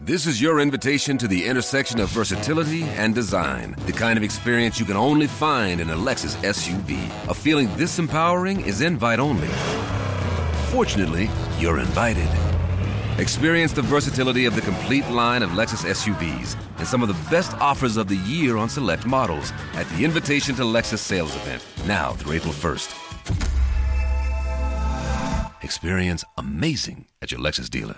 This is your invitation to the intersection of versatility and design. The kind of experience you can only find in a Lexus SUV. A feeling this empowering is invite only. Fortunately, you're invited. Experience the versatility of the complete line of Lexus SUVs and some of the best offers of the year on select models at the Invitation to Lexus sales event, now through April 1st. Experience amazing at your Lexus dealer.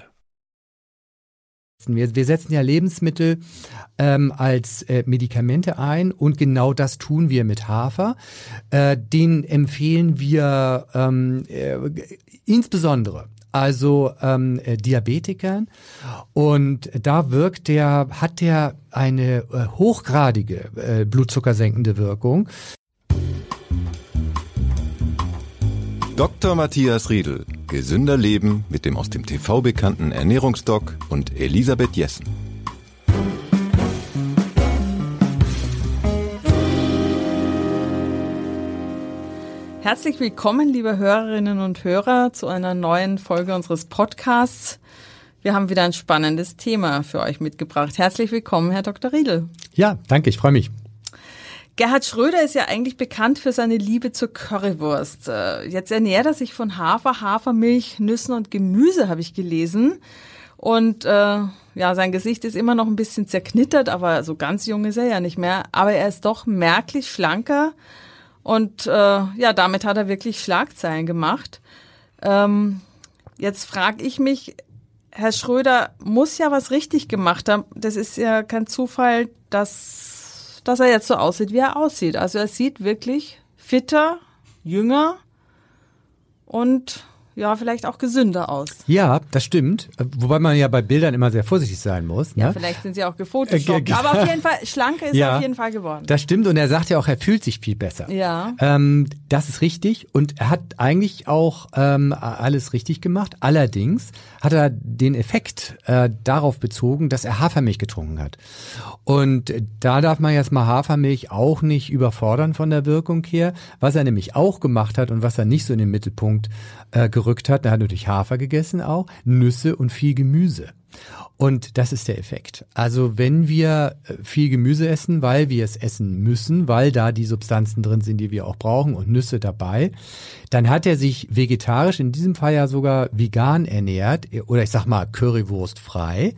Wir setzen ja Lebensmittel als Medikamente ein und genau das tun wir mit Hafer. Den empfehlen wir insbesondere Diabetikern, und da hat der eine hochgradige blutzuckersenkende Wirkung. Dr. Matthias Riedl. Gesünder Leben mit dem aus dem TV bekannten Ernährungsdoc und Elisabeth Jessen. Herzlich willkommen, liebe Hörerinnen und Hörer, zu einer neuen Folge unseres Podcasts. Wir haben wieder ein spannendes Thema für euch mitgebracht. Herzlich willkommen, Herr Dr. Riedl. Ja, danke, ich freue mich. Gerhard Schröder ist ja eigentlich bekannt für seine Liebe zur Currywurst. Jetzt ernährt er sich von Hafer, Hafermilch, Nüssen und Gemüse, habe ich gelesen. Und sein Gesicht ist immer noch ein bisschen zerknittert, aber so ganz jung ist er ja nicht mehr. Aber er ist doch merklich schlanker und damit hat er wirklich Schlagzeilen gemacht. Jetzt frage ich mich, Herr Schröder muss ja was richtig gemacht haben. Das ist ja kein Zufall, dass er jetzt so aussieht, wie er aussieht. Also er sieht wirklich fitter, jünger und ja, vielleicht auch gesünder aus. Ja, das stimmt. Wobei man ja bei Bildern immer sehr vorsichtig sein muss. Ne? Ja, vielleicht sind sie auch gefotoshoppt. Aber auf jeden Fall, schlanker ist er auf jeden Fall geworden. Das stimmt, und er sagt ja auch, er fühlt sich viel besser. Ja. Das ist richtig, und er hat eigentlich auch alles richtig gemacht. Allerdings hat er den Effekt darauf bezogen, dass er Hafermilch getrunken hat. Und da darf man jetzt mal Hafermilch auch nicht überfordern von der Wirkung her. Was er nämlich auch gemacht hat und was er nicht so in den Mittelpunkt gerückt hat, er hat natürlich Hafer gegessen auch, Nüsse und viel Gemüse. Und das ist der Effekt. Also wenn wir viel Gemüse essen, weil wir es essen müssen, weil da die Substanzen drin sind, die wir auch brauchen, und Nüsse dabei, dann hat er sich vegetarisch, in diesem Fall ja sogar vegan ernährt, oder ich sag mal currywurstfrei.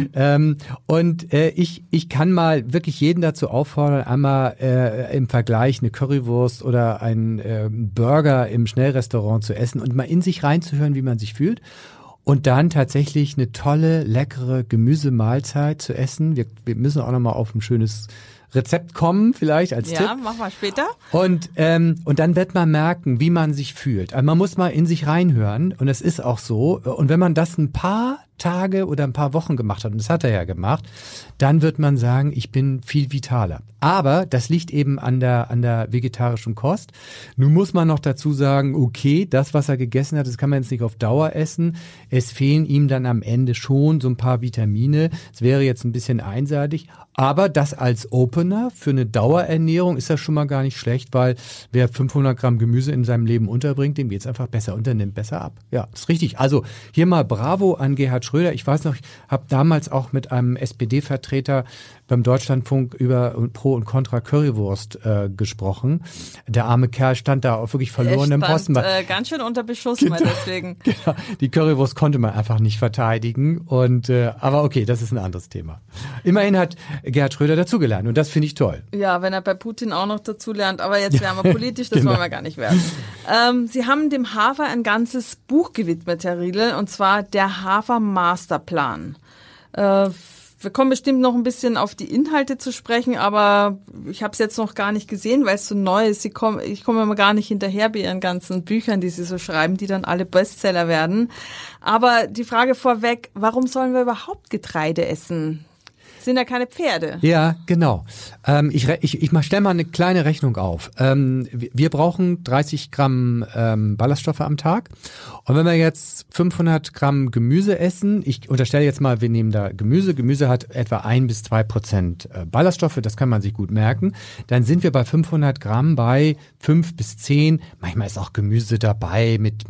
Ich kann mal wirklich jeden dazu auffordern, einmal im Vergleich eine Currywurst oder einen Burger im Schnellrestaurant zu essen und mal in sich reinzuhören, wie man sich fühlt. Und dann tatsächlich eine tolle, leckere Gemüsemahlzeit zu essen. Wir müssen auch nochmal auf ein schönes Rezept kommen, vielleicht als Tipp. Ja, machen wir später. Und dann wird man merken, wie man sich fühlt. Also man muss mal in sich reinhören, und es ist auch so. Und wenn man das ein paar Tage oder ein paar Wochen gemacht hat, und das hat er ja gemacht, dann wird man sagen, ich bin viel vitaler. Aber das liegt eben an der vegetarischen Kost. Nun muss man noch dazu sagen, okay, das, was er gegessen hat, das kann man jetzt nicht auf Dauer essen. Es fehlen ihm dann am Ende schon so ein paar Vitamine. Es wäre jetzt ein bisschen einseitig. Aber das als Opener für eine Dauerernährung ist das schon mal gar nicht schlecht, weil wer 500 Gramm Gemüse in seinem Leben unterbringt, dem geht's einfach besser und der nimmt besser ab. Ja, ist richtig. Also hier mal Bravo an Gerhard Schröder. Ich weiß noch, ich habe damals auch mit einem SPD-Vertreter beim Deutschlandfunk über Pro und Contra Currywurst gesprochen. Der arme Kerl stand da auf wirklich verlorenem Posten. Ganz schön unter Beschuss, genau, deswegen. Genau. Die Currywurst konnte man einfach nicht verteidigen. Aber okay, das ist ein anderes Thema. Immerhin hat Gerhard Schröder dazugelernt, und das finde ich toll. Ja, wenn er bei Putin auch noch dazulernt. Aber jetzt wären wir politisch, das wollen wir gar nicht werden. Sie haben dem Hafer ein ganzes Buch gewidmet, Herr Riedl, und zwar der Hafer-Masterplan. Wir kommen bestimmt noch ein bisschen auf die Inhalte zu sprechen, aber ich habe es jetzt noch gar nicht gesehen, weil es so neu ist. Ich komme immer gar nicht hinterher bei Ihren ganzen Büchern, die Sie so schreiben, die dann alle Bestseller werden. Aber die Frage vorweg, warum sollen wir überhaupt Getreide essen? Sind ja keine Pferde. Ja, genau. Ich stelle mal eine kleine Rechnung auf. Wir brauchen 30 Gramm Ballaststoffe am Tag. Und wenn wir jetzt 500 Gramm Gemüse essen, ich unterstelle jetzt mal, wir nehmen da Gemüse. Gemüse hat etwa 1-2% Ballaststoffe, das kann man sich gut merken. Dann sind wir bei 500 Gramm bei 5 bis 10. Manchmal ist auch Gemüse dabei mit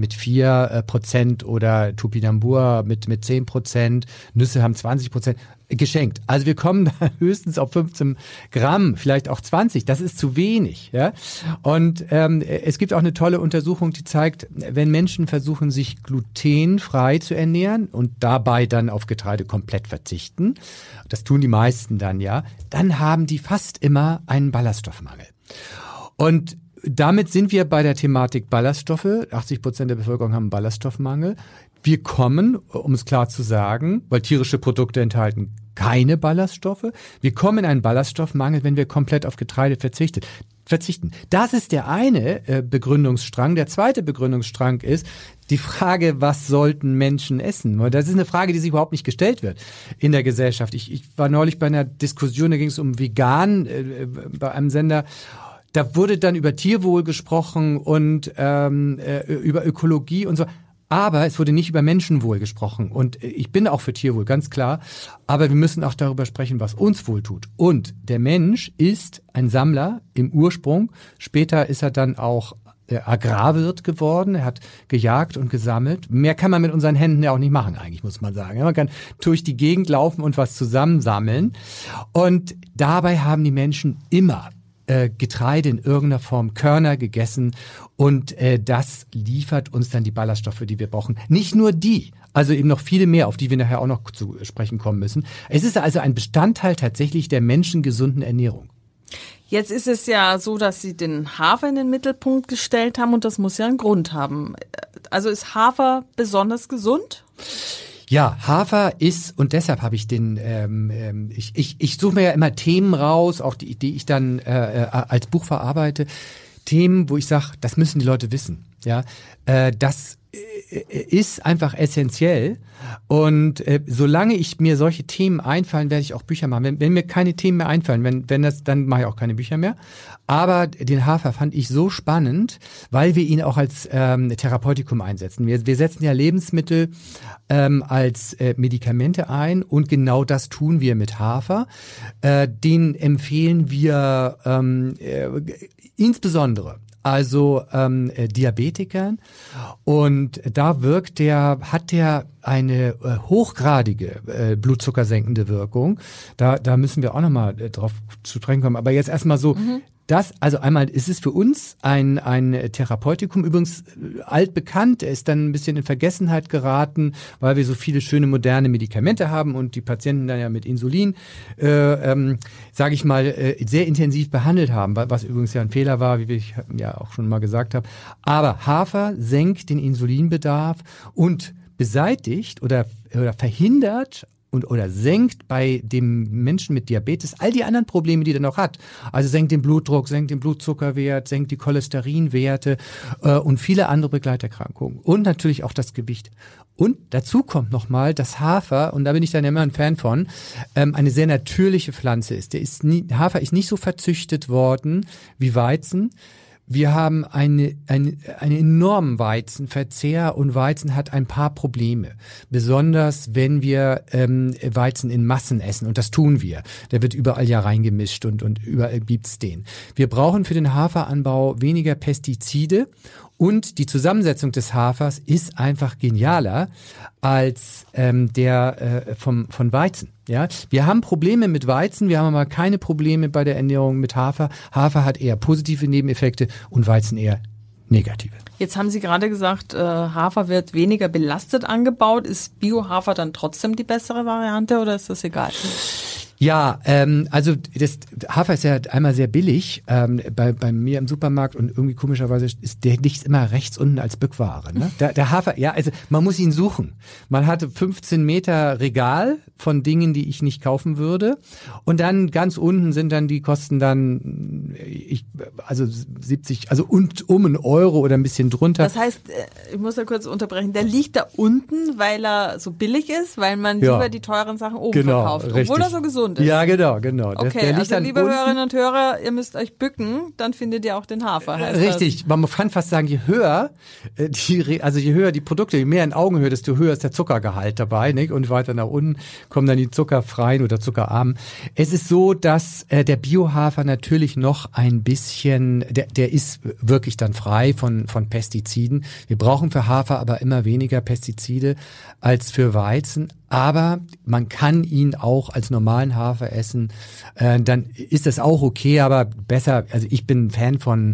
4% oder Topinambur mit 10%. Nüsse haben 20%. Geschenkt. Also wir kommen da höchstens auf 15 Gramm, vielleicht auch 20. Das ist zu wenig. Ja? Und es gibt auch eine tolle Untersuchung, die zeigt, wenn Menschen versuchen, sich glutenfrei zu ernähren und dabei dann auf Getreide komplett verzichten, das tun die meisten dann haben die fast immer einen Ballaststoffmangel. Und damit sind wir bei der Thematik Ballaststoffe. 80% der Bevölkerung haben einen Ballaststoffmangel. Wir kommen, um es klar zu sagen, weil tierische Produkte enthalten keine Ballaststoffe. Wir kommen in einen Ballaststoffmangel, wenn wir komplett auf Getreide verzichten. Das ist der eine Begründungsstrang. Der zweite Begründungsstrang ist die Frage, was sollten Menschen essen? Das ist eine Frage, die sich überhaupt nicht gestellt wird in der Gesellschaft. Ich war neulich bei einer Diskussion, da ging es um Vegan bei einem Sender. Da wurde dann über Tierwohl gesprochen und über Ökologie und so. Aber es wurde nicht über Menschenwohl gesprochen. Und ich bin auch für Tierwohl, ganz klar. Aber wir müssen auch darüber sprechen, was uns wohl tut. Und der Mensch ist ein Sammler im Ursprung. Später ist er dann auch Agrarwirt geworden. Er hat gejagt und gesammelt. Mehr kann man mit unseren Händen ja auch nicht machen, eigentlich, muss man sagen. Man kann durch die Gegend laufen und was zusammensammeln. Und dabei haben die Menschen immer Getreide in irgendeiner Form, Körner gegessen und das liefert uns dann die Ballaststoffe, die wir brauchen. Nicht nur die, also eben noch viele mehr, auf die wir nachher auch noch zu sprechen kommen müssen. Es ist also ein Bestandteil tatsächlich der menschengesunden Ernährung. Jetzt ist es ja so, dass Sie den Hafer in den Mittelpunkt gestellt haben und das muss ja einen Grund haben. Also ist Hafer besonders gesund? Ja, Hafer ist, und deshalb habe ich ich suche mir ja immer Themen raus, auch die ich dann als Buch verarbeite, Themen, wo ich sage, das müssen die Leute wissen. Ja, das ist einfach essentiell und solange mir solche Themen einfallen, werde ich auch Bücher machen. Wenn mir keine Themen mehr einfallen, dann mache ich auch keine Bücher mehr. Aber den Hafer fand ich so spannend, weil wir ihn auch als Therapeutikum einsetzen. Wir setzen ja Lebensmittel als Medikamente ein und genau das tun wir mit Hafer. Den empfehlen wir insbesondere Diabetikern und da hat der eine hochgradige blutzuckersenkende Wirkung. Da müssen wir auch nochmal drauf zu sprechen kommen. Aber jetzt erstmal so, einmal ist es für uns ein Therapeutikum, übrigens altbekannt, er ist dann ein bisschen in Vergessenheit geraten, weil wir so viele schöne moderne Medikamente haben und die Patienten dann ja mit Insulin, sage ich mal, sehr intensiv behandelt haben, was übrigens ja ein Fehler war, wie ich ja auch schon mal gesagt habe. Aber Hafer senkt den Insulinbedarf und beseitigt oder verhindert oder senkt bei dem Menschen mit Diabetes all die anderen Probleme, die er noch hat. Also senkt den Blutdruck, senkt den Blutzuckerwert, senkt die Cholesterinwerte und viele andere Begleiterkrankungen. Und natürlich auch das Gewicht. Und dazu kommt nochmal, dass Hafer, und da bin ich dann immer ein Fan von, eine sehr natürliche Pflanze ist. Hafer ist nicht so verzüchtet worden wie Weizen. Wir haben einen enormen Weizenverzehr und Weizen hat ein paar Probleme. Besonders wenn wir Weizen in Massen essen und das tun wir. Der wird überall ja reingemischt und überall gibt's den. Wir brauchen für den Haferanbau weniger Pestizide und die Zusammensetzung des Hafers ist einfach genialer als von Weizen. Ja, wir haben Probleme mit Weizen, wir haben aber keine Probleme bei der Ernährung mit Hafer. Hafer hat eher positive Nebeneffekte und Weizen eher negative. Jetzt haben Sie gerade gesagt, Hafer wird weniger belastet angebaut. Ist Bio-Hafer dann trotzdem die bessere Variante oder ist das egal? Ja, also das Hafer ist ja einmal sehr billig bei mir im Supermarkt und irgendwie komischerweise ist der liegt immer rechts unten als Bückware. Ne? Der Hafer, ja, also man muss ihn suchen. Man hatte 15 Meter Regal von Dingen, die ich nicht kaufen würde und dann ganz unten sind dann die kosten dann 70, also um €1 oder ein bisschen drunter. Das heißt, ich muss da kurz unterbrechen, der liegt da unten, weil er so billig ist, weil man lieber die teuren Sachen oben verkauft, obwohl er so gesund gesund ist. Ja, genau. Okay, also liebe Hörerinnen und Hörer, ihr müsst euch bücken, dann findet ihr auch den Hafer. Richtig, man kann fast sagen, je höher die Produkte, je mehr in Augenhöhe, desto höher ist der Zuckergehalt dabei, nicht? Und weiter nach unten kommen dann die zuckerfreien oder zuckerarmen. Es ist so, dass der Biohafer natürlich noch ein bisschen, der ist wirklich dann frei von Pestiziden. Wir brauchen für Hafer aber immer weniger Pestizide als für Weizen. Aber man kann ihn auch als normalen Hafer essen, dann ist das auch okay, aber besser, also ich bin Fan von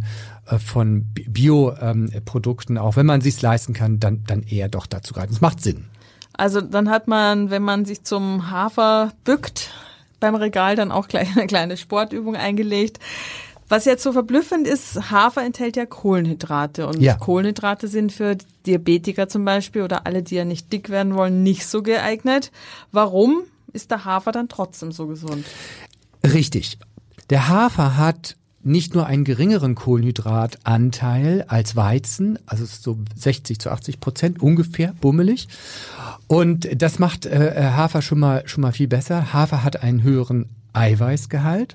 Bio-Produkten, auch wenn man sich's leisten kann, dann eher doch dazu greifen. Es macht Sinn. Also dann hat man, wenn man sich zum Hafer bückt, beim Regal dann auch gleich eine kleine Sportübung eingelegt. Was jetzt so verblüffend ist, Hafer enthält ja Kohlenhydrate und Kohlenhydrate sind für Diabetiker zum Beispiel oder alle, die ja nicht dick werden wollen, nicht so geeignet. Warum ist der Hafer dann trotzdem so gesund? Richtig. Der Hafer hat nicht nur einen geringeren Kohlenhydratanteil als Weizen, also so 60-80% ungefähr, bummelig. Und das macht Hafer schon mal viel besser. Hafer hat einen höheren Eiweißgehalt.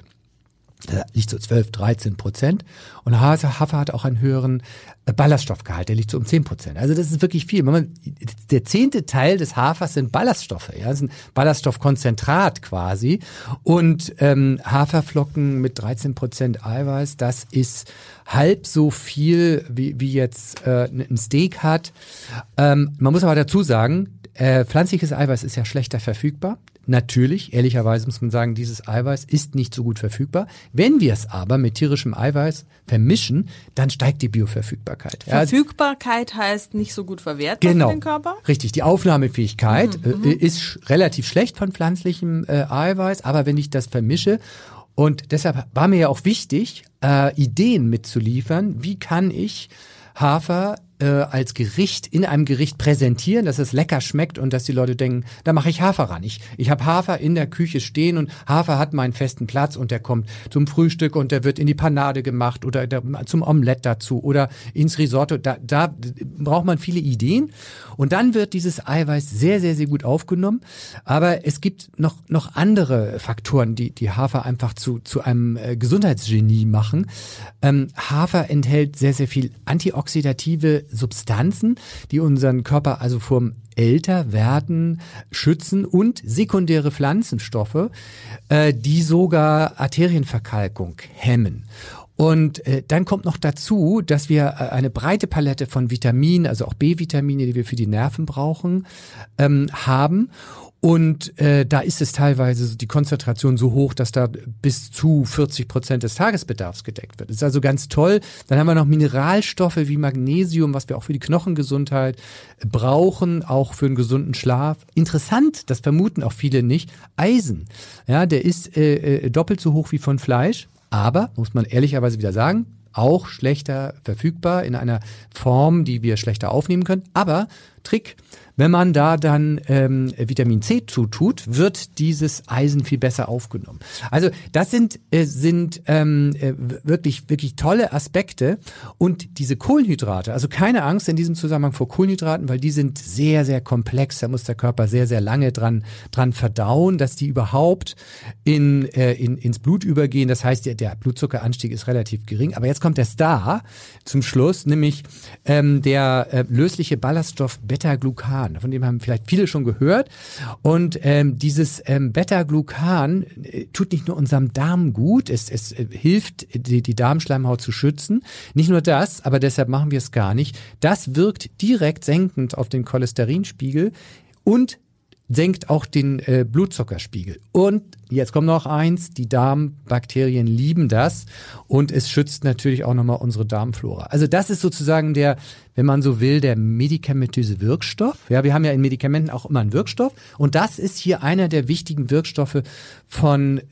Der liegt so 12-13%. Und Hafer hat auch einen höheren Ballaststoffgehalt, der liegt so um 10%. Also das ist wirklich viel. Der 10. Teil des Hafers sind Ballaststoffe, ja, das ist ein Ballaststoffkonzentrat quasi. Und Haferflocken mit 13% Eiweiß, das ist halb so viel, wie jetzt ein Steak hat. Man muss aber dazu sagen, pflanzliches Eiweiß ist ja schlechter verfügbar. Natürlich, ehrlicherweise muss man sagen, dieses Eiweiß ist nicht so gut verfügbar. Wenn wir es aber mit tierischem Eiweiß vermischen, dann steigt die Bioverfügbarkeit. Verfügbarkeit heißt nicht so gut verwertbar für den Körper? Richtig, die Aufnahmefähigkeit ist relativ schlecht von pflanzlichem Eiweiß, aber wenn ich das vermische, und deshalb war mir ja auch wichtig, Ideen mitzuliefern, wie kann ich Hafer als Gericht in einem Gericht präsentieren, dass es lecker schmeckt und dass die Leute denken, da mache ich Hafer ran. Ich habe Hafer in der Küche stehen und Hafer hat meinen festen Platz und der kommt zum Frühstück und der wird in die Panade gemacht oder zum Omelett dazu oder ins Risotto. Da braucht man viele Ideen und dann wird dieses Eiweiß sehr, sehr, sehr gut aufgenommen. Aber es gibt noch andere Faktoren, die Hafer einfach zu einem Gesundheitsgenie machen. Hafer enthält sehr, sehr viel antioxidative Substanzen, die unseren Körper also vorm Älterwerden schützen und sekundäre Pflanzenstoffe, die sogar Arterienverkalkung hemmen. Und dann kommt noch dazu, dass wir eine breite Palette von Vitaminen, also auch B-Vitamine, die wir für die Nerven brauchen, haben. Und da ist es teilweise die Konzentration so hoch, dass da bis zu 40% des Tagesbedarfs gedeckt wird. Das ist also ganz toll. Dann haben wir noch Mineralstoffe wie Magnesium, was wir auch für die Knochengesundheit brauchen, auch für einen gesunden Schlaf. Interessant, das vermuten auch viele nicht. Eisen, ja, der ist doppelt so hoch wie von Fleisch, aber, muss man ehrlicherweise wieder sagen, auch schlechter verfügbar in einer Form, die wir schlechter aufnehmen können. Aber Trick, wenn man da dann Vitamin C zutut, wird dieses Eisen viel besser aufgenommen. Also das sind wirklich, wirklich tolle Aspekte. Und diese Kohlenhydrate, also keine Angst in diesem Zusammenhang vor Kohlenhydraten, weil die sind sehr, sehr komplex. Da muss der Körper sehr, sehr lange dran verdauen, dass die überhaupt ins Blut übergehen. Das heißt, der Blutzuckeranstieg ist relativ gering. Aber jetzt kommt der Star zum Schluss, nämlich der lösliche Ballaststoff Beta-Glucan. Von dem haben vielleicht viele schon gehört. Und dieses Beta-Glucan tut nicht nur unserem Darm gut, es hilft, die Darmschleimhaut zu schützen. Nicht nur das, aber deshalb machen wir es gar nicht. Das wirkt direkt senkend auf den Cholesterinspiegel und senkt auch den Blutzuckerspiegel. Und jetzt kommt noch eins, die Darmbakterien lieben das und es schützt natürlich auch nochmal unsere Darmflora. Also das ist sozusagen der, wenn man so will, der medikamentöse Wirkstoff. Ja, wir haben ja in Medikamenten auch immer einen Wirkstoff und das ist hier einer der wichtigen Wirkstoffe von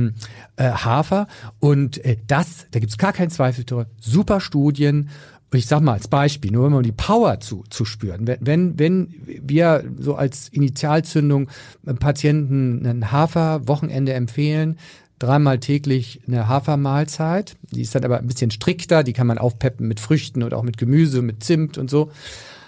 Hafer und da gibt's gar keinen Zweifel drüber. Super Studien. Ich sag mal als Beispiel, nur um die Power zu spüren. Wenn wir so als Initialzündung Patienten ein Haferwochenende empfehlen, 3-mal täglich eine Hafermahlzeit, die ist dann aber ein bisschen strikter, die kann man aufpeppen mit Früchten und auch mit Gemüse, mit Zimt und so.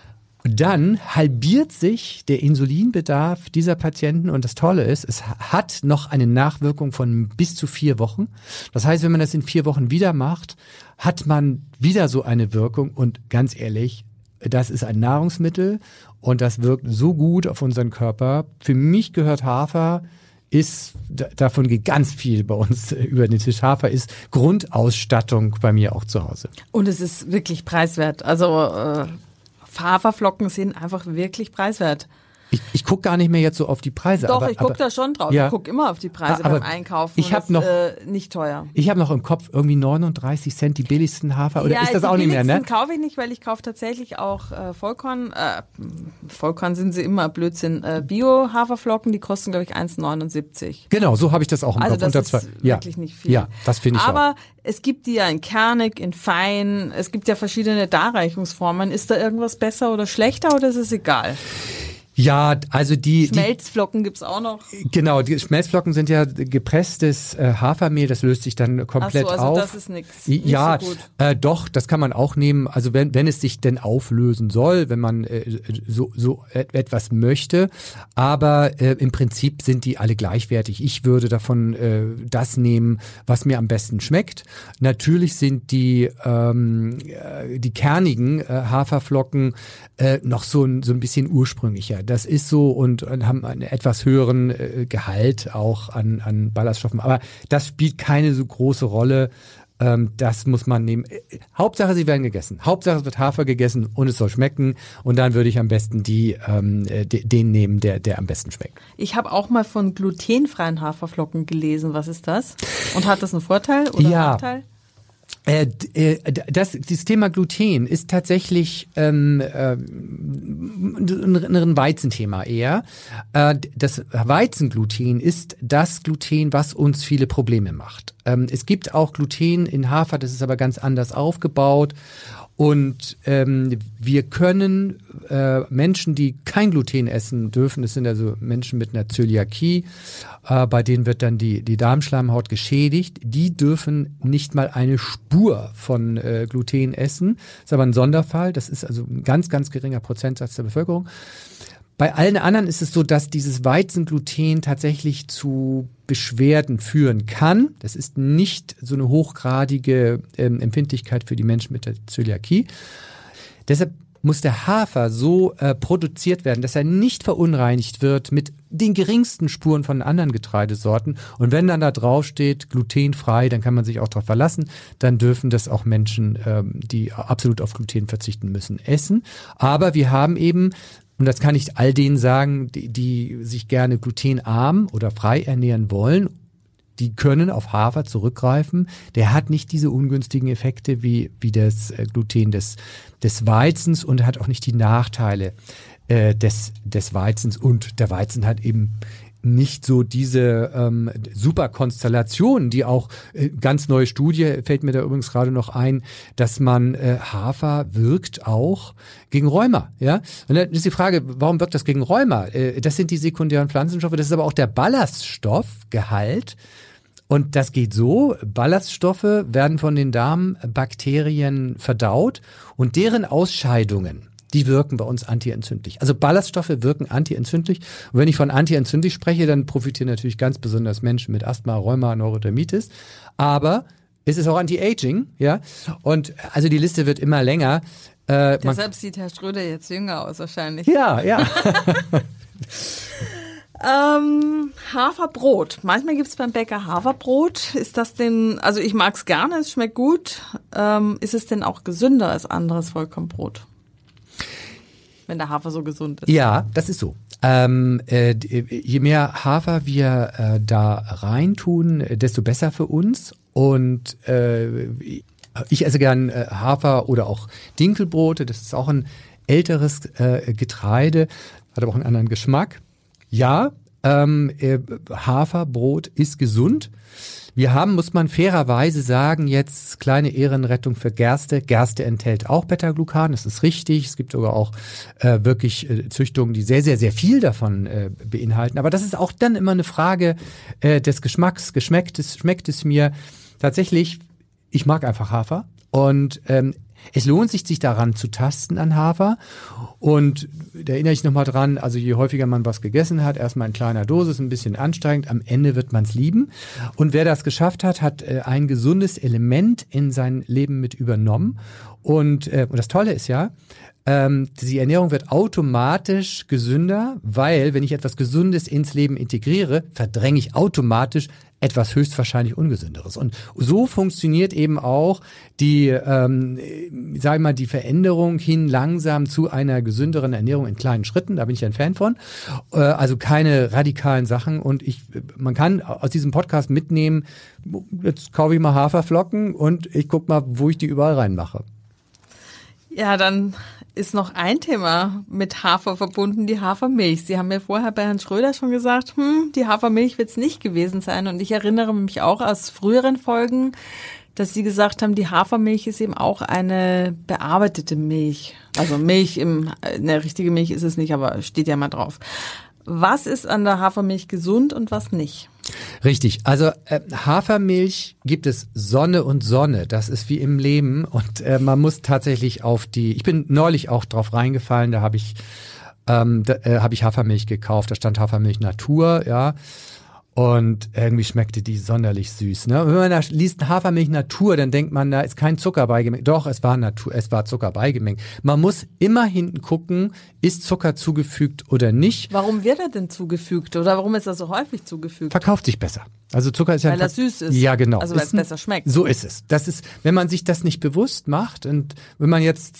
Und dann halbiert sich der Insulinbedarf dieser Patienten und das Tolle ist, es hat noch eine Nachwirkung von bis zu 4 Wochen. Das heißt, wenn man das in 4 Wochen wieder macht, hat man wieder so eine Wirkung und ganz ehrlich, das ist ein Nahrungsmittel und das wirkt so gut auf unseren Körper. Für mich gehört Hafer, davon geht ganz viel bei uns über den Tisch. Hafer ist Grundausstattung bei mir auch zu Hause. Und es ist wirklich preiswert. Also Haferflocken sind einfach wirklich preiswert. Ich gucke gar nicht mehr jetzt so auf die Preise. Doch, ich gucke da schon drauf. Ja. Ich gucke immer auf die Preise beim Einkaufen. Ich habe noch nicht teuer. Ich habe noch im Kopf irgendwie 39 Cent die billigsten Hafer. Oder ist das auch nicht mehr, ne? Die billigsten kaufe ich nicht, weil ich kaufe tatsächlich auch Vollkorn. Vollkorn sind sie immer Blödsinn. Bio-Haferflocken, die kosten, glaube ich, 1,79. Genau, so habe ich das auch im Kopf. Also das ist wirklich nicht viel. Ja, das finde ich auch. Aber es gibt die ja in kernig, in fein. Es gibt ja verschiedene Darreichungsformen. Ist da irgendwas besser oder schlechter oder ist es egal? Ja, also Schmelzflocken gibt's auch noch. Genau, die Schmelzflocken sind ja gepresstes Hafermehl, das löst sich dann komplett auf. Also das ist nichts. Ja, nicht so gut. Doch, das kann man auch nehmen. Also wenn es sich denn auflösen soll, wenn man so etwas möchte. Aber im Prinzip sind die alle gleichwertig. Ich würde davon das nehmen, was mir am besten schmeckt. Natürlich sind die kernigen Haferflocken noch so ein bisschen ursprünglicher. Das ist so und haben einen etwas höheren Gehalt auch an Ballaststoffen. Aber das spielt keine so große Rolle. Das muss man nehmen. Hauptsache, sie werden gegessen. Hauptsache, es wird Hafer gegessen und es soll schmecken. Und dann würde ich am besten den nehmen, der am besten schmeckt. Ich habe auch mal von glutenfreien Haferflocken gelesen. Was ist das? Und hat das einen Vorteil oder Nachteil? Das Thema Gluten ist tatsächlich ein Weizenthema eher. Das Weizengluten ist das Gluten, was uns viele Probleme macht. Es gibt auch Gluten in Hafer, das ist aber ganz anders aufgebaut. Und wir können Menschen, die kein Gluten essen dürfen, das sind also Menschen mit einer Zöliakie, bei denen wird dann die Darmschleimhaut geschädigt, die dürfen nicht mal eine Spur von Gluten essen. Das ist aber ein Sonderfall, das ist also ein ganz, ganz geringer Prozentsatz der Bevölkerung. Bei allen anderen ist es so, dass dieses Weizengluten tatsächlich zu Beschwerden führen kann. Das ist nicht so eine hochgradige Empfindlichkeit für die Menschen mit der Zöliakie. Deshalb muss der Hafer so produziert werden, dass er nicht verunreinigt wird mit den geringsten Spuren von anderen Getreidesorten. Und wenn dann da drauf steht, glutenfrei, dann kann man sich auch darauf verlassen. Dann dürfen das auch Menschen, die absolut auf Gluten verzichten müssen, essen. Aber wir haben eben, und das kann ich all denen sagen, die sich gerne glutenarm oder frei ernähren wollen, die können auf Hafer zurückgreifen. Der hat nicht diese ungünstigen Effekte wie das Gluten des Weizens und hat auch nicht die Nachteile des Weizens. Und der Weizen hat eben nicht so diese Superkonstellationen, die auch ganz neue Studie, fällt mir da übrigens gerade noch ein, dass man Hafer wirkt auch gegen Rheuma. Ja? Und dann ist die Frage, warum wirkt das gegen Rheuma? Das sind die sekundären Pflanzenstoffe, das ist aber auch der Ballaststoffgehalt. Und das geht so, Ballaststoffe werden von den Darmbakterien verdaut und deren Ausscheidungen, die wirken bei uns antientzündlich. Also Ballaststoffe wirken antientzündlich. Und wenn ich von antientzündlich spreche, dann profitieren natürlich ganz besonders Menschen mit Asthma, Rheuma, Neurodermitis. Aber es ist auch Anti-Aging, ja. Und also die Liste wird immer länger. Deshalb sieht Herr Schröder jetzt jünger aus wahrscheinlich. Ja, ja. Haferbrot. Manchmal gibt es beim Bäcker Haferbrot. Ist das denn, also ich mag es gerne, es schmeckt gut. Ist es denn auch gesünder als anderes Vollkornbrot? Wenn der Hafer so gesund ist. Ja, das ist so. Je mehr Hafer wir da reintun, desto besser für uns. Und ich esse gern Hafer oder auch Dinkelbrote. Das ist auch ein älteres Getreide, hat aber auch einen anderen Geschmack. Ja, Haferbrot ist gesund. Wir haben, muss man fairerweise sagen, jetzt kleine Ehrenrettung für Gerste. Gerste enthält auch Beta-Glucan, das ist richtig. Es gibt sogar auch wirklich Züchtungen, die sehr, sehr, sehr viel davon beinhalten. Aber das ist auch dann immer eine Frage des Geschmacks. Schmeckt es mir? Tatsächlich, ich mag einfach Hafer. Und Es lohnt sich daran zu tasten an Hafer. Und da erinnere ich nochmal dran, also je häufiger man was gegessen hat, erstmal in kleiner Dosis, ein bisschen ansteigend, am Ende wird man es lieben. Und wer das geschafft hat, hat ein gesundes Element in sein Leben mit übernommen. Und das Tolle ist ja, die Ernährung wird automatisch gesünder, weil wenn ich etwas Gesundes ins Leben integriere, verdränge ich automatisch etwas höchstwahrscheinlich Ungesünderes. Und so funktioniert eben auch die, die Veränderung hin langsam zu einer gesünderen Ernährung in kleinen Schritten. Da bin ich ein Fan von. Also keine radikalen Sachen. Und man kann aus diesem Podcast mitnehmen, jetzt kaufe ich mal Haferflocken und ich gucke mal, wo ich die überall reinmache. Ja, dann ist noch ein Thema mit Hafer verbunden, die Hafermilch. Sie haben ja vorher bei Herrn Schröder schon gesagt, die Hafermilch wird es nicht gewesen sein. Und ich erinnere mich auch aus früheren Folgen, dass Sie gesagt haben, die Hafermilch ist eben auch eine bearbeitete Milch. Also eine richtige Milch ist es nicht, aber steht ja mal drauf. Was ist an der Hafermilch gesund und was nicht? Richtig, also Hafermilch gibt es Sonne und Sonne, das ist wie im Leben und man muss tatsächlich ich bin neulich auch drauf reingefallen, da habe ich Hafermilch gekauft, da stand Hafermilch Natur, ja. Und irgendwie schmeckte die sonderlich süß. Ne? Und wenn man da liest Hafermilch Natur, dann denkt man, da ist kein Zucker beigemengt. Doch, es war Zucker beigemengt. Man muss immer hinten gucken, ist Zucker zugefügt oder nicht. Warum wird er denn zugefügt oder warum ist er so häufig zugefügt? Verkauft sich besser. Also Zucker ist ja weil er süß ist. Ja, genau. Also weil es besser schmeckt. So ist es. Das ist, wenn man sich das nicht bewusst macht und wenn man jetzt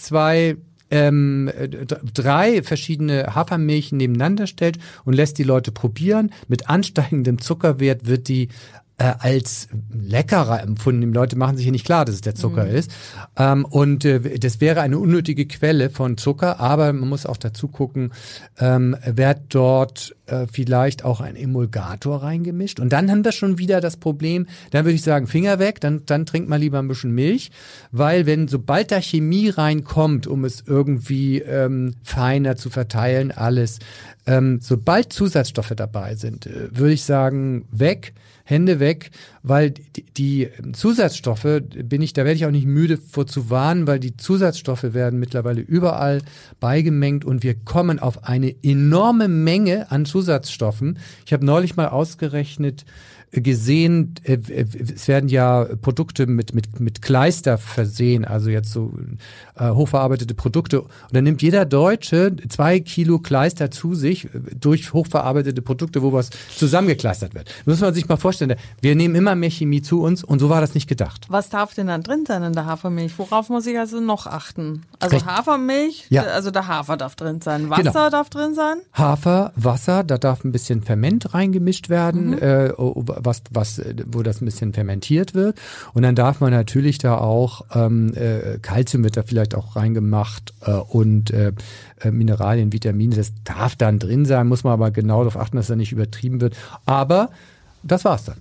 3 verschiedene Hafermilchen nebeneinander stellt und lässt die Leute probieren. Mit ansteigendem Zuckerwert wird die als leckerer empfunden. Die Leute machen sich ja nicht klar, dass es der Zucker ist. Das wäre eine unnötige Quelle von Zucker, aber man muss auch dazu gucken, wird dort vielleicht auch ein Emulgator reingemischt. Und dann haben wir schon wieder das Problem, dann würde ich sagen, Finger weg, dann trinkt mal lieber ein bisschen Milch, weil sobald da Chemie reinkommt, um es irgendwie feiner zu verteilen, alles, sobald Zusatzstoffe dabei sind, würde ich sagen, weg, Hände weg, weil die Zusatzstoffe, da werde ich auch nicht müde vor zu warnen, weil die Zusatzstoffe werden mittlerweile überall beigemengt und wir kommen auf eine enorme Menge an Zusatzstoffen. Ich habe neulich mal ausgerechnet, gesehen, es werden ja Produkte mit Kleister versehen, also jetzt so hochverarbeitete Produkte. Und dann nimmt jeder Deutsche 2 Kilo Kleister zu sich durch hochverarbeitete Produkte, wo was zusammengekleistert wird. Das muss man sich mal vorstellen. Wir nehmen immer mehr Chemie zu uns und so war das nicht gedacht. Was darf denn dann drin sein in der Hafermilch? Worauf muss ich also noch achten? Also Hafermilch, ja. Also der Hafer darf drin sein. Wasser darf drin sein? Hafer, Wasser, da darf ein bisschen Ferment reingemischt werden, wo das ein bisschen fermentiert wird. Und dann darf man natürlich da auch, Kalzium wird da vielleicht auch reingemacht und Mineralien, Vitamine, das darf dann drin sein, muss man aber genau darauf achten, dass da nicht übertrieben wird. Aber das war's dann.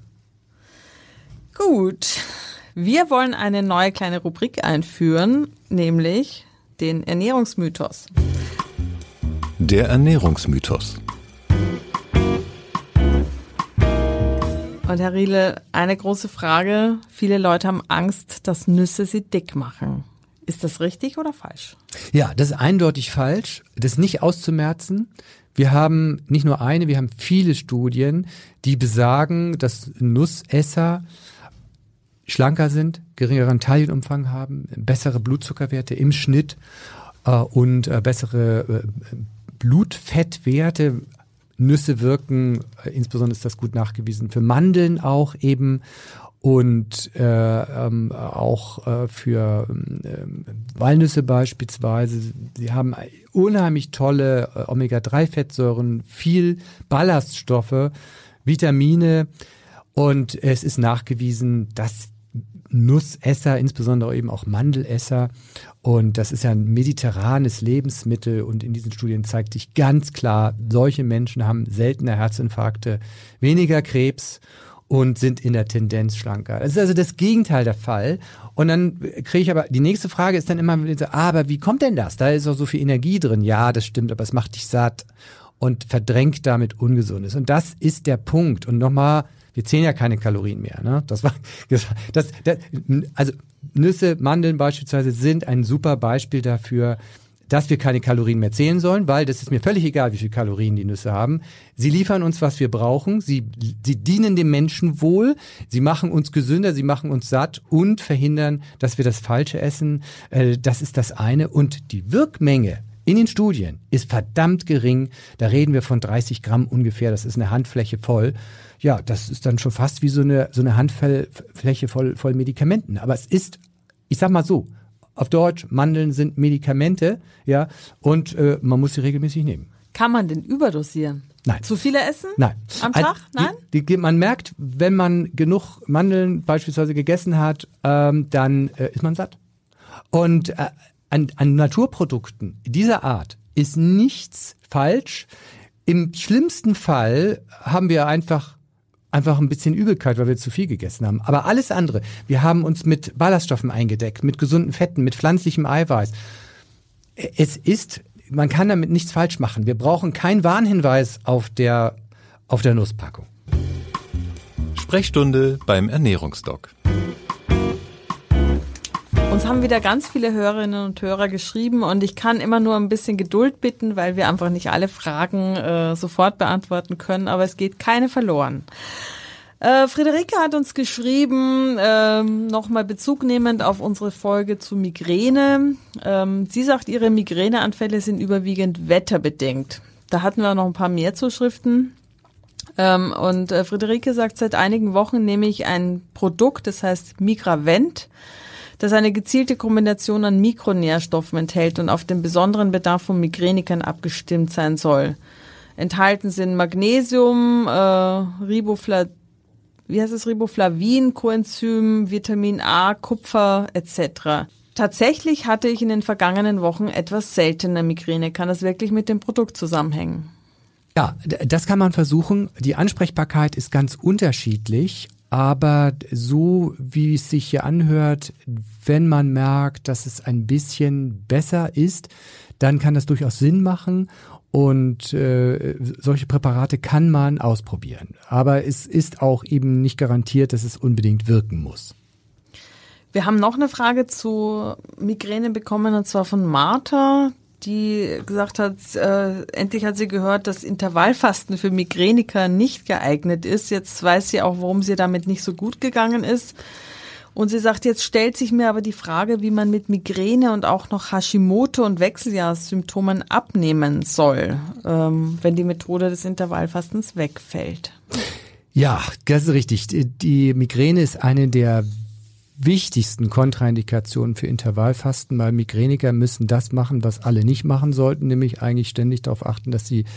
Gut, wir wollen eine neue kleine Rubrik einführen, nämlich den Ernährungsmythos. Der Ernährungsmythos. Und Herr Riele, eine große Frage. Viele Leute haben Angst, dass Nüsse sie dick machen. Ist das richtig oder falsch? Ja, das ist eindeutig falsch. Das ist nicht auszumerzen. Wir haben nicht nur eine, wir haben viele Studien, die besagen, dass Nussesser schlanker sind, geringeren Taillenumfang haben, bessere Blutzuckerwerte im Schnitt und bessere Blutfettwerte. Nüsse wirken, insbesondere ist das gut nachgewiesen, für Mandeln auch eben und auch für Walnüsse beispielsweise. Sie haben unheimlich tolle Omega-3-Fettsäuren, viel Ballaststoffe, Vitamine und es ist nachgewiesen, dass Nussesser, insbesondere eben auch Mandelesser, und das ist ja ein mediterranes Lebensmittel und in diesen Studien zeigt sich ganz klar, solche Menschen haben seltener Herzinfarkte, weniger Krebs und sind in der Tendenz schlanker. Das ist also das Gegenteil der Fall. Und dann kriege ich aber, die nächste Frage ist dann immer, aber wie kommt denn das? Da ist auch so viel Energie drin. Ja, das stimmt, aber es macht dich satt und verdrängt damit Ungesundes. Und das ist der Punkt. Und nochmal, Wir zählen ja keine Kalorien mehr. Ne? Also Nüsse, Mandeln beispielsweise sind ein super Beispiel dafür, dass wir keine Kalorien mehr zählen sollen, weil das ist mir völlig egal, wie viele Kalorien die Nüsse haben. Sie liefern uns, was wir brauchen. Sie dienen dem Menschen wohl. Sie machen uns gesünder, sie machen uns satt und verhindern, dass wir das Falsche essen. Das ist das eine. Und die Wirkmenge in den Studien ist verdammt gering. Da reden wir von 30 Gramm ungefähr. Das ist eine Handfläche voll. Ja, das ist dann schon fast wie so eine Handfläche voll Medikamenten. Aber es ist, ich sag mal so, auf Deutsch, Mandeln sind Medikamente, ja, und man muss sie regelmäßig nehmen. Kann man denn überdosieren? Nein. Zu viele essen? Nein. Am Tag? Nein? Man merkt, wenn man genug Mandeln beispielsweise gegessen hat, dann ist man satt. Und an Naturprodukten dieser Art ist nichts falsch. Im schlimmsten Fall haben wir einfach ein bisschen Übelkeit, weil wir zu viel gegessen haben. Aber alles andere, wir haben uns mit Ballaststoffen eingedeckt, mit gesunden Fetten, mit pflanzlichem Eiweiß. Man kann damit nichts falsch machen. Wir brauchen keinen Warnhinweis auf der Nusspackung. Sprechstunde beim Ernährungsdoc. Uns haben wieder ganz viele Hörerinnen und Hörer geschrieben und ich kann immer nur ein bisschen Geduld bitten, weil wir einfach nicht alle Fragen sofort beantworten können, aber es geht keine verloren. Friederike hat uns geschrieben, nochmal Bezug nehmend auf unsere Folge zu Migräne. Sie sagt, ihre Migräneanfälle sind überwiegend wetterbedingt. Da hatten wir noch ein paar mehr Zuschriften. Und Friederike sagt, seit einigen Wochen nehme ich ein Produkt, das heißt Migravent, das eine gezielte Kombination an Mikronährstoffen enthält und auf den besonderen Bedarf von Migränikern abgestimmt sein soll. Enthalten sind Magnesium, Riboflavin, Coenzym, Vitamin A, Kupfer etc. Tatsächlich hatte ich in den vergangenen Wochen etwas seltener Migräne. Kann das wirklich mit dem Produkt zusammenhängen? Ja, das kann man versuchen. Die Ansprechbarkeit ist ganz unterschiedlich. Aber so wie es sich hier anhört, wenn man merkt, dass es ein bisschen besser ist, dann kann das durchaus Sinn machen und solche Präparate kann man ausprobieren. Aber es ist auch eben nicht garantiert, dass es unbedingt wirken muss. Wir haben noch eine Frage zu Migräne bekommen und zwar von Martha, die gesagt hat, endlich hat sie gehört, dass Intervallfasten für Migräniker nicht geeignet ist. Jetzt weiß sie auch, warum sie damit nicht so gut gegangen ist. Und sie sagt, jetzt stellt sich mir aber die Frage, wie man mit Migräne und auch noch Hashimoto und Wechseljahrssymptomen abnehmen soll, wenn die Methode des Intervallfastens wegfällt. Ja, das ist richtig. Die Migräne ist eine der wichtigsten Kontraindikationen für Intervallfasten, weil Migräniker müssen das machen, was alle nicht machen sollten, nämlich eigentlich ständig darauf achten, dass sie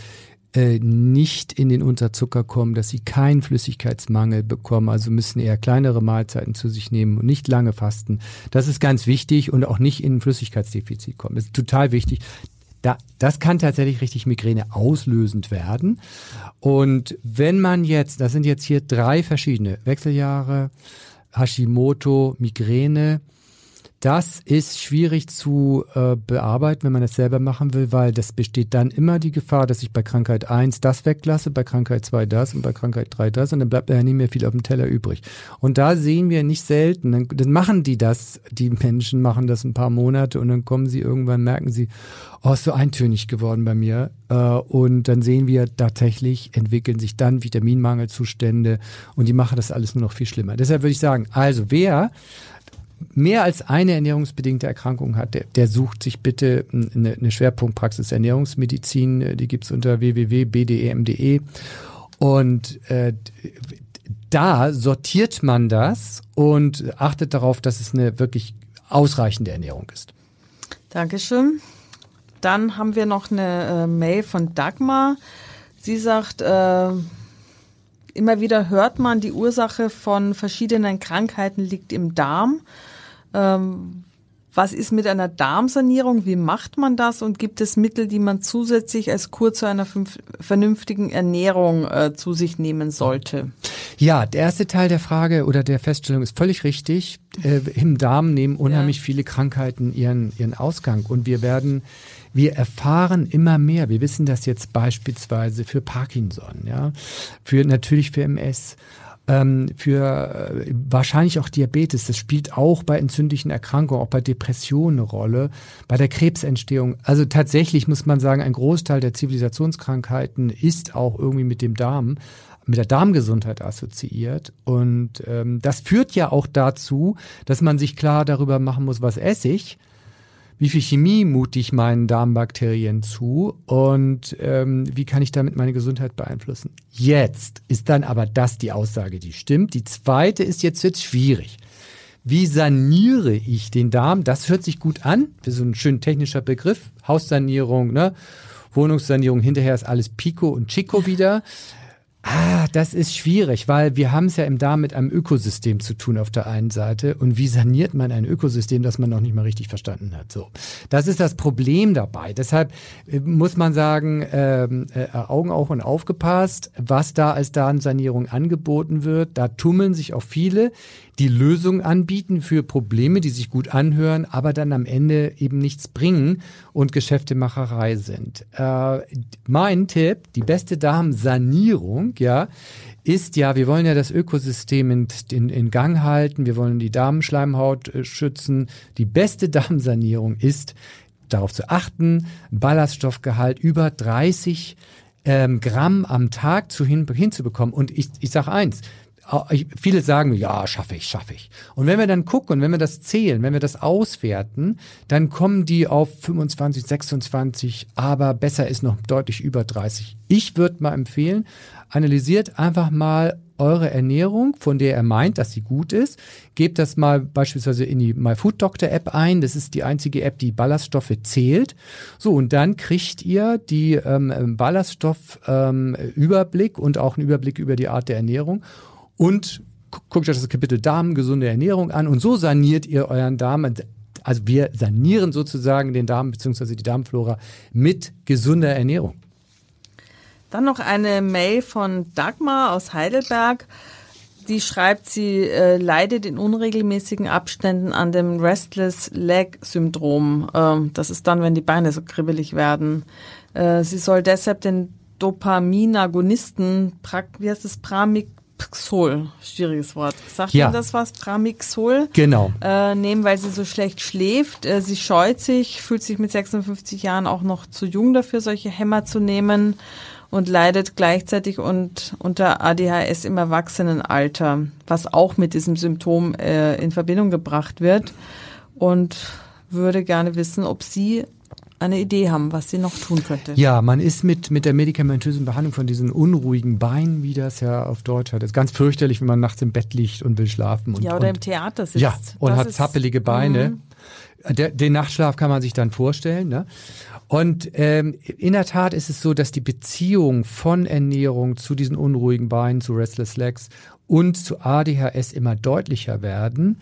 nicht in den Unterzucker kommen, dass sie keinen Flüssigkeitsmangel bekommen, also müssen eher kleinere Mahlzeiten zu sich nehmen und nicht lange fasten. Das ist ganz wichtig und auch nicht in ein Flüssigkeitsdefizit kommen. Das ist total wichtig. Das kann tatsächlich richtig Migräne auslösend werden. Und wenn man jetzt, das sind jetzt hier 3 verschiedene Wechseljahre, Hashimoto, Migräne, das ist schwierig zu bearbeiten, wenn man das selber machen will, weil das besteht dann immer die Gefahr, dass ich bei Krankheit 1 das weglasse, bei Krankheit 2 das und bei Krankheit 3 das und dann bleibt ja nicht mehr viel auf dem Teller übrig. Und da sehen wir nicht selten, dann machen die Menschen machen das ein paar Monate und dann kommen sie irgendwann, merken sie, oh, ist so eintönig geworden bei mir. Und dann sehen wir tatsächlich, entwickeln sich dann Vitaminmangelzustände und die machen das alles nur noch viel schlimmer. Deshalb würde ich sagen, also wer mehr als eine ernährungsbedingte Erkrankung hat, der sucht sich bitte eine Schwerpunktpraxis Ernährungsmedizin, die gibt's unter www.bdem.de und da sortiert man das und achtet darauf, dass es eine wirklich ausreichende Ernährung ist. Dankeschön. Dann haben wir noch eine Mail von Dagmar. Sie sagt, immer wieder hört man, die Ursache von verschiedenen Krankheiten liegt im Darm. Was ist mit einer Darmsanierung? Wie macht man das? Und gibt es Mittel, die man zusätzlich als Kur zu einer vernünftigen Ernährung zu sich nehmen sollte? Ja, der erste Teil der Frage oder der Feststellung ist völlig richtig. Im Darm nehmen unheimlich viele Krankheiten ihren Ausgang. Und wir erfahren immer mehr. Wir wissen das jetzt beispielsweise für Parkinson, natürlich für MS. für wahrscheinlich auch Diabetes. Das spielt auch bei entzündlichen Erkrankungen, auch bei Depressionen eine Rolle, bei der Krebsentstehung. Also tatsächlich muss man sagen, ein Großteil der Zivilisationskrankheiten ist auch irgendwie mit dem Darm, mit der Darmgesundheit assoziiert. Und das führt ja auch dazu, dass man sich klar darüber machen muss, was esse ich, wie viel Chemie mute ich meinen Darmbakterien zu und wie kann ich damit meine Gesundheit beeinflussen. Jetzt ist dann aber das die Aussage, die stimmt. Die zweite ist, jetzt wird's schwierig. Wie saniere ich den Darm? Das hört sich gut an. Das ist so ein schön technischer Begriff. Haussanierung, ne? Wohnungssanierung, hinterher ist alles Pico und Chico wieder. Das ist schwierig, weil wir haben es ja im Darm mit einem Ökosystem zu tun auf der einen Seite. Und wie saniert man ein Ökosystem, das man noch nicht mal richtig verstanden hat? So, das ist das Problem dabei. Deshalb muss man sagen, Augen auf und aufgepasst, was da als Darmsanierung angeboten wird. Da tummeln sich auch viele, die Lösungen anbieten für Probleme, die sich gut anhören, aber dann am Ende eben nichts bringen und Geschäftemacherei sind. Mein Tipp, die beste Darmsanierung, ist wir wollen ja das Ökosystem in Gang halten, wir wollen die Darmschleimhaut schützen. Die beste Darmsanierung ist, darauf zu achten, Ballaststoffgehalt über 30 Gramm am Tag hinzubekommen. Und ich sage eins, viele sagen, ja, schaffe ich. Und wenn wir dann gucken, wenn wir das zählen, wenn wir das auswerten, dann kommen die auf 25, 26, aber besser ist noch deutlich über 30. Ich würde mal empfehlen, analysiert einfach mal eure Ernährung, von der ihr meint, dass sie gut ist. Gebt das mal beispielsweise in die MyFoodDoctor-App ein. Das ist die einzige App, die Ballaststoffe zählt. So, und dann kriegt ihr die Ballaststoff-Überblick und auch einen Überblick über die Art der Ernährung. Und guckt euch das Kapitel Darm, gesunde Ernährung an. Und so saniert ihr euren Darm. Also wir sanieren sozusagen den Darm bzw. die Darmflora mit gesunder Ernährung. Dann noch eine Mail von Dagmar aus Heidelberg. Die schreibt, sie leidet in unregelmäßigen Abständen an dem Restless Leg Syndrom. Das ist dann, wenn die Beine so kribbelig werden. Sie soll deshalb den Dopaminagonisten, Pramixol, schwieriges Wort. Sagt Ihnen das was? Pramixol? Genau. Nehmen, weil sie so schlecht schläft. Sie scheut sich, fühlt sich mit 56 Jahren auch noch zu jung dafür, solche Hämmer zu nehmen und leidet gleichzeitig unter ADHS im Erwachsenenalter, was auch mit diesem Symptom in Verbindung gebracht wird, und würde gerne wissen, ob Sie eine Idee haben, was sie noch tun könnte. Ja, man ist mit der medikamentösen Behandlung von diesen unruhigen Beinen, wie das ja auf Deutsch hat. Das ist ganz fürchterlich, wenn man nachts im Bett liegt und will schlafen. Oder im Theater sitzt. Ja, und hat zappelige Beine. Den Nachtschlaf kann man sich dann vorstellen, ne? Und in der Tat ist es so, dass die Beziehung von Ernährung zu diesen unruhigen Beinen, zu Restless Legs und zu ADHS immer deutlicher werden.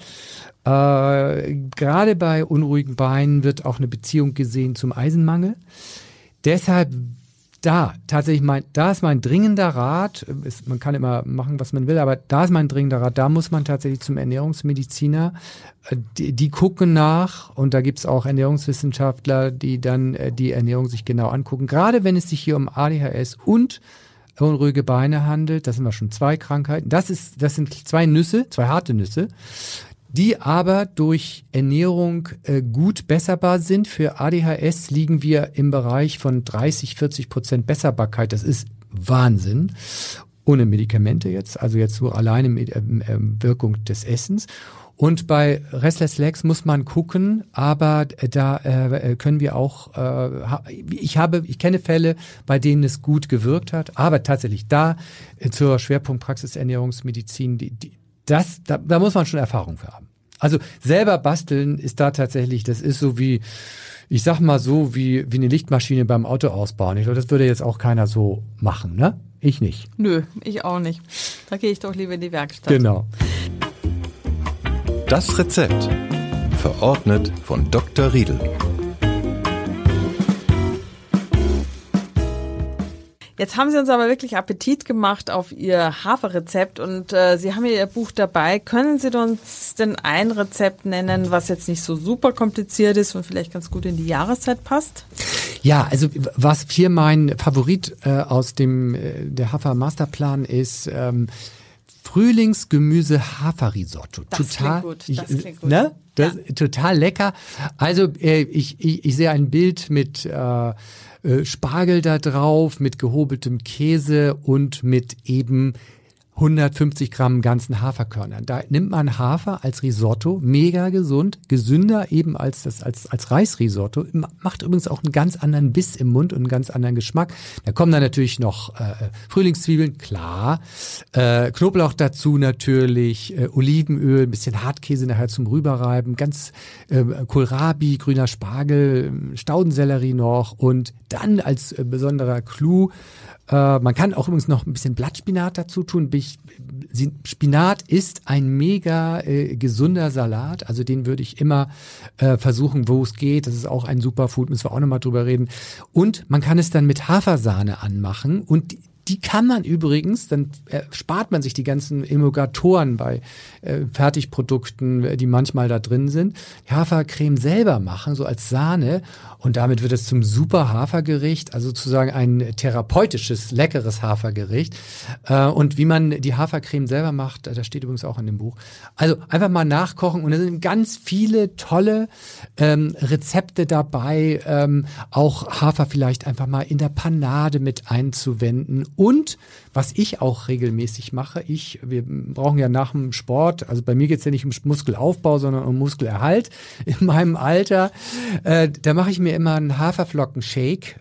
Gerade bei unruhigen Beinen wird auch eine Beziehung gesehen zum Eisenmangel. Deshalb da ist mein dringender Rat, man kann immer machen, was man will, aber da ist mein dringender Rat, da muss man tatsächlich zum Ernährungsmediziner, die gucken nach, und da gibt es auch Ernährungswissenschaftler, die dann die Ernährung sich genau angucken. Gerade wenn es sich hier um ADHS und unruhige Beine handelt, das sind wir schon 2 Krankheiten, das sind 2 harte Nüsse, die aber durch Ernährung gut besserbar sind. Für ADHS liegen wir im Bereich von 30-40% Besserbarkeit. Das ist Wahnsinn. Ohne Medikamente jetzt, also jetzt so alleine mit Wirkung des Essens. Und bei Restless Legs muss man gucken, aber da können wir auch, ich kenne Fälle, bei denen es gut gewirkt hat, aber tatsächlich da zur Schwerpunktpraxis Ernährungsmedizin, da muss man schon Erfahrung für haben. Also selber basteln ist da tatsächlich, das ist so wie, ich sag mal so, wie eine Lichtmaschine beim Auto ausbauen. Ich glaube, das würde jetzt auch keiner so machen, ne? Ich nicht. Nö, ich auch nicht. Da gehe ich doch lieber in die Werkstatt. Genau. Das Rezept. Verordnet von Dr. Riedel. Jetzt haben Sie uns aber wirklich Appetit gemacht auf Ihr Haferrezept, und Sie haben ja Ihr Buch dabei. Können Sie uns denn ein Rezept nennen, was jetzt nicht so super kompliziert ist und vielleicht ganz gut in die Jahreszeit passt? Ja, also was hier mein Favorit aus der Hafer Masterplan ist, Frühlingsgemüse-Haferrisotto. Das klingt gut. Ne? Das ist total lecker. Also ich sehe ein Bild mit Spargel da drauf, mit gehobeltem Käse und mit eben 150 Gramm ganzen Haferkörnern. Da nimmt man Hafer als Risotto, mega gesund, gesünder eben als Reisrisotto. Macht übrigens auch einen ganz anderen Biss im Mund und einen ganz anderen Geschmack. Da kommen dann natürlich noch Frühlingszwiebeln, klar, Knoblauch dazu natürlich, Olivenöl, ein bisschen Hartkäse nachher zum Rüberreiben, ganz Kohlrabi, grüner Spargel, Staudensellerie noch und dann als besonderer Clou, man kann auch übrigens noch ein bisschen Blattspinat dazu tun. Spinat ist ein mega gesunder Salat, also den würde ich immer versuchen, wo es geht. Das ist auch ein Superfood, müssen wir auch nochmal drüber reden. Und man kann es dann mit Hafersahne anmachen und die kann man übrigens, dann spart man sich die ganzen Emulgatoren bei Fertigprodukten, die manchmal da drin sind. Die Hafercreme selber machen, so als Sahne. Und damit wird es zum super Hafergericht, also sozusagen ein therapeutisches, leckeres Hafergericht. Und wie man die Hafercreme selber macht, das steht übrigens auch in dem Buch. Also einfach mal nachkochen. Und da sind ganz viele tolle Rezepte dabei, auch Hafer vielleicht einfach mal in der Panade mit einzuwenden. Und was ich auch regelmäßig mache, wir brauchen ja nach dem Sport, also bei mir geht es ja nicht um Muskelaufbau, sondern um Muskelerhalt in meinem Alter. Da mache ich mir immer einen Haferflockenshake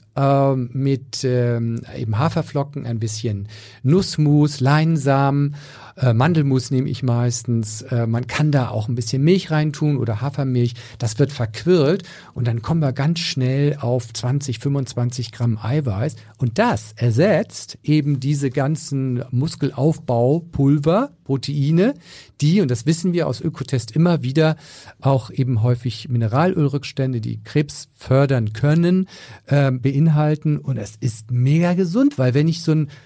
mit eben Haferflocken, ein bisschen Nussmus, Leinsamen, Mandelmus nehme ich meistens. Man kann da auch ein bisschen Milch reintun oder Hafermilch. Das wird verquirlt und dann kommen wir ganz schnell auf 20, 25 Gramm Eiweiß. Und das ersetzt eben diese ganzen Muskelaufbaupulver, Proteine, die, und das wissen wir aus Ökotest immer wieder, auch eben häufig Mineralölrückstände, die Krebs fördern können, beinhalten. Und es ist mega gesund, weil wenn ich so ein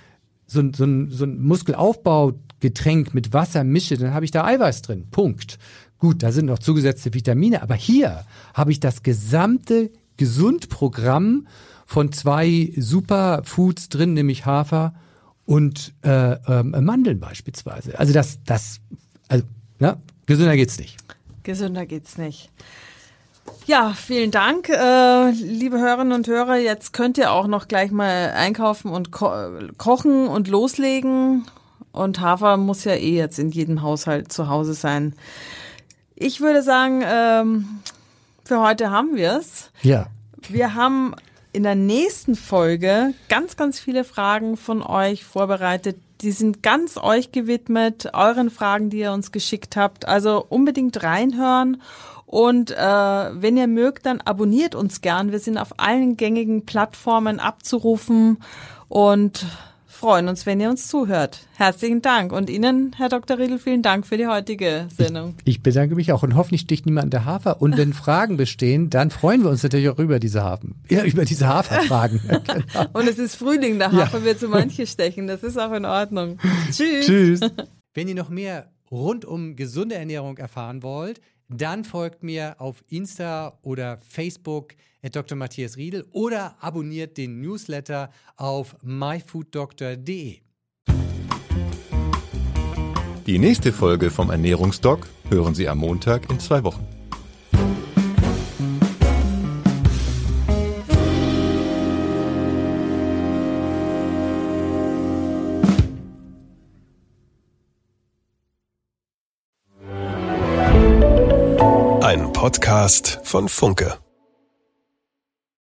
Muskelaufbaugetränk mit Wasser mische, dann habe ich da Eiweiß drin. Punkt. Gut, da sind noch zugesetzte Vitamine, aber hier habe ich das gesamte Gesundprogramm von 2 Superfoods drin, nämlich Hafer und Mandeln beispielsweise. Also gesünder geht's nicht. Gesünder geht's nicht. Ja, vielen Dank, liebe Hörerinnen und Hörer. Jetzt könnt ihr auch noch gleich mal einkaufen und kochen und loslegen. Und Hafer muss ja jetzt in jedem Haushalt zu Hause sein. Ich würde sagen, für heute haben wir es. Ja. Wir haben in der nächsten Folge ganz, ganz viele Fragen von euch vorbereitet. Die sind ganz euch gewidmet, euren Fragen, die ihr uns geschickt habt. Also unbedingt reinhören. Und wenn ihr mögt, dann abonniert uns gern. Wir sind auf allen gängigen Plattformen abzurufen und freuen uns, wenn ihr uns zuhört. Herzlichen Dank. Und Ihnen, Herr Dr. Riedl, vielen Dank für die heutige Sendung. Ich bedanke mich auch und hoffentlich sticht niemand der Hafer. Und wenn Fragen bestehen, dann freuen wir uns natürlich auch über diese Haferfragen. Genau. Und es ist Frühling, der Hafer wird so manche stechen. Das ist auch in Ordnung. Tschüss. Tschüss. Wenn ihr noch mehr rund um gesunde Ernährung erfahren wollt, dann folgt mir auf Insta oder Facebook @Dr. Matthias Riedl oder abonniert den Newsletter auf myfooddoctor.de. Die nächste Folge vom Ernährungsdoc hören Sie am Montag in 2 Wochen. Ein Podcast von Funke.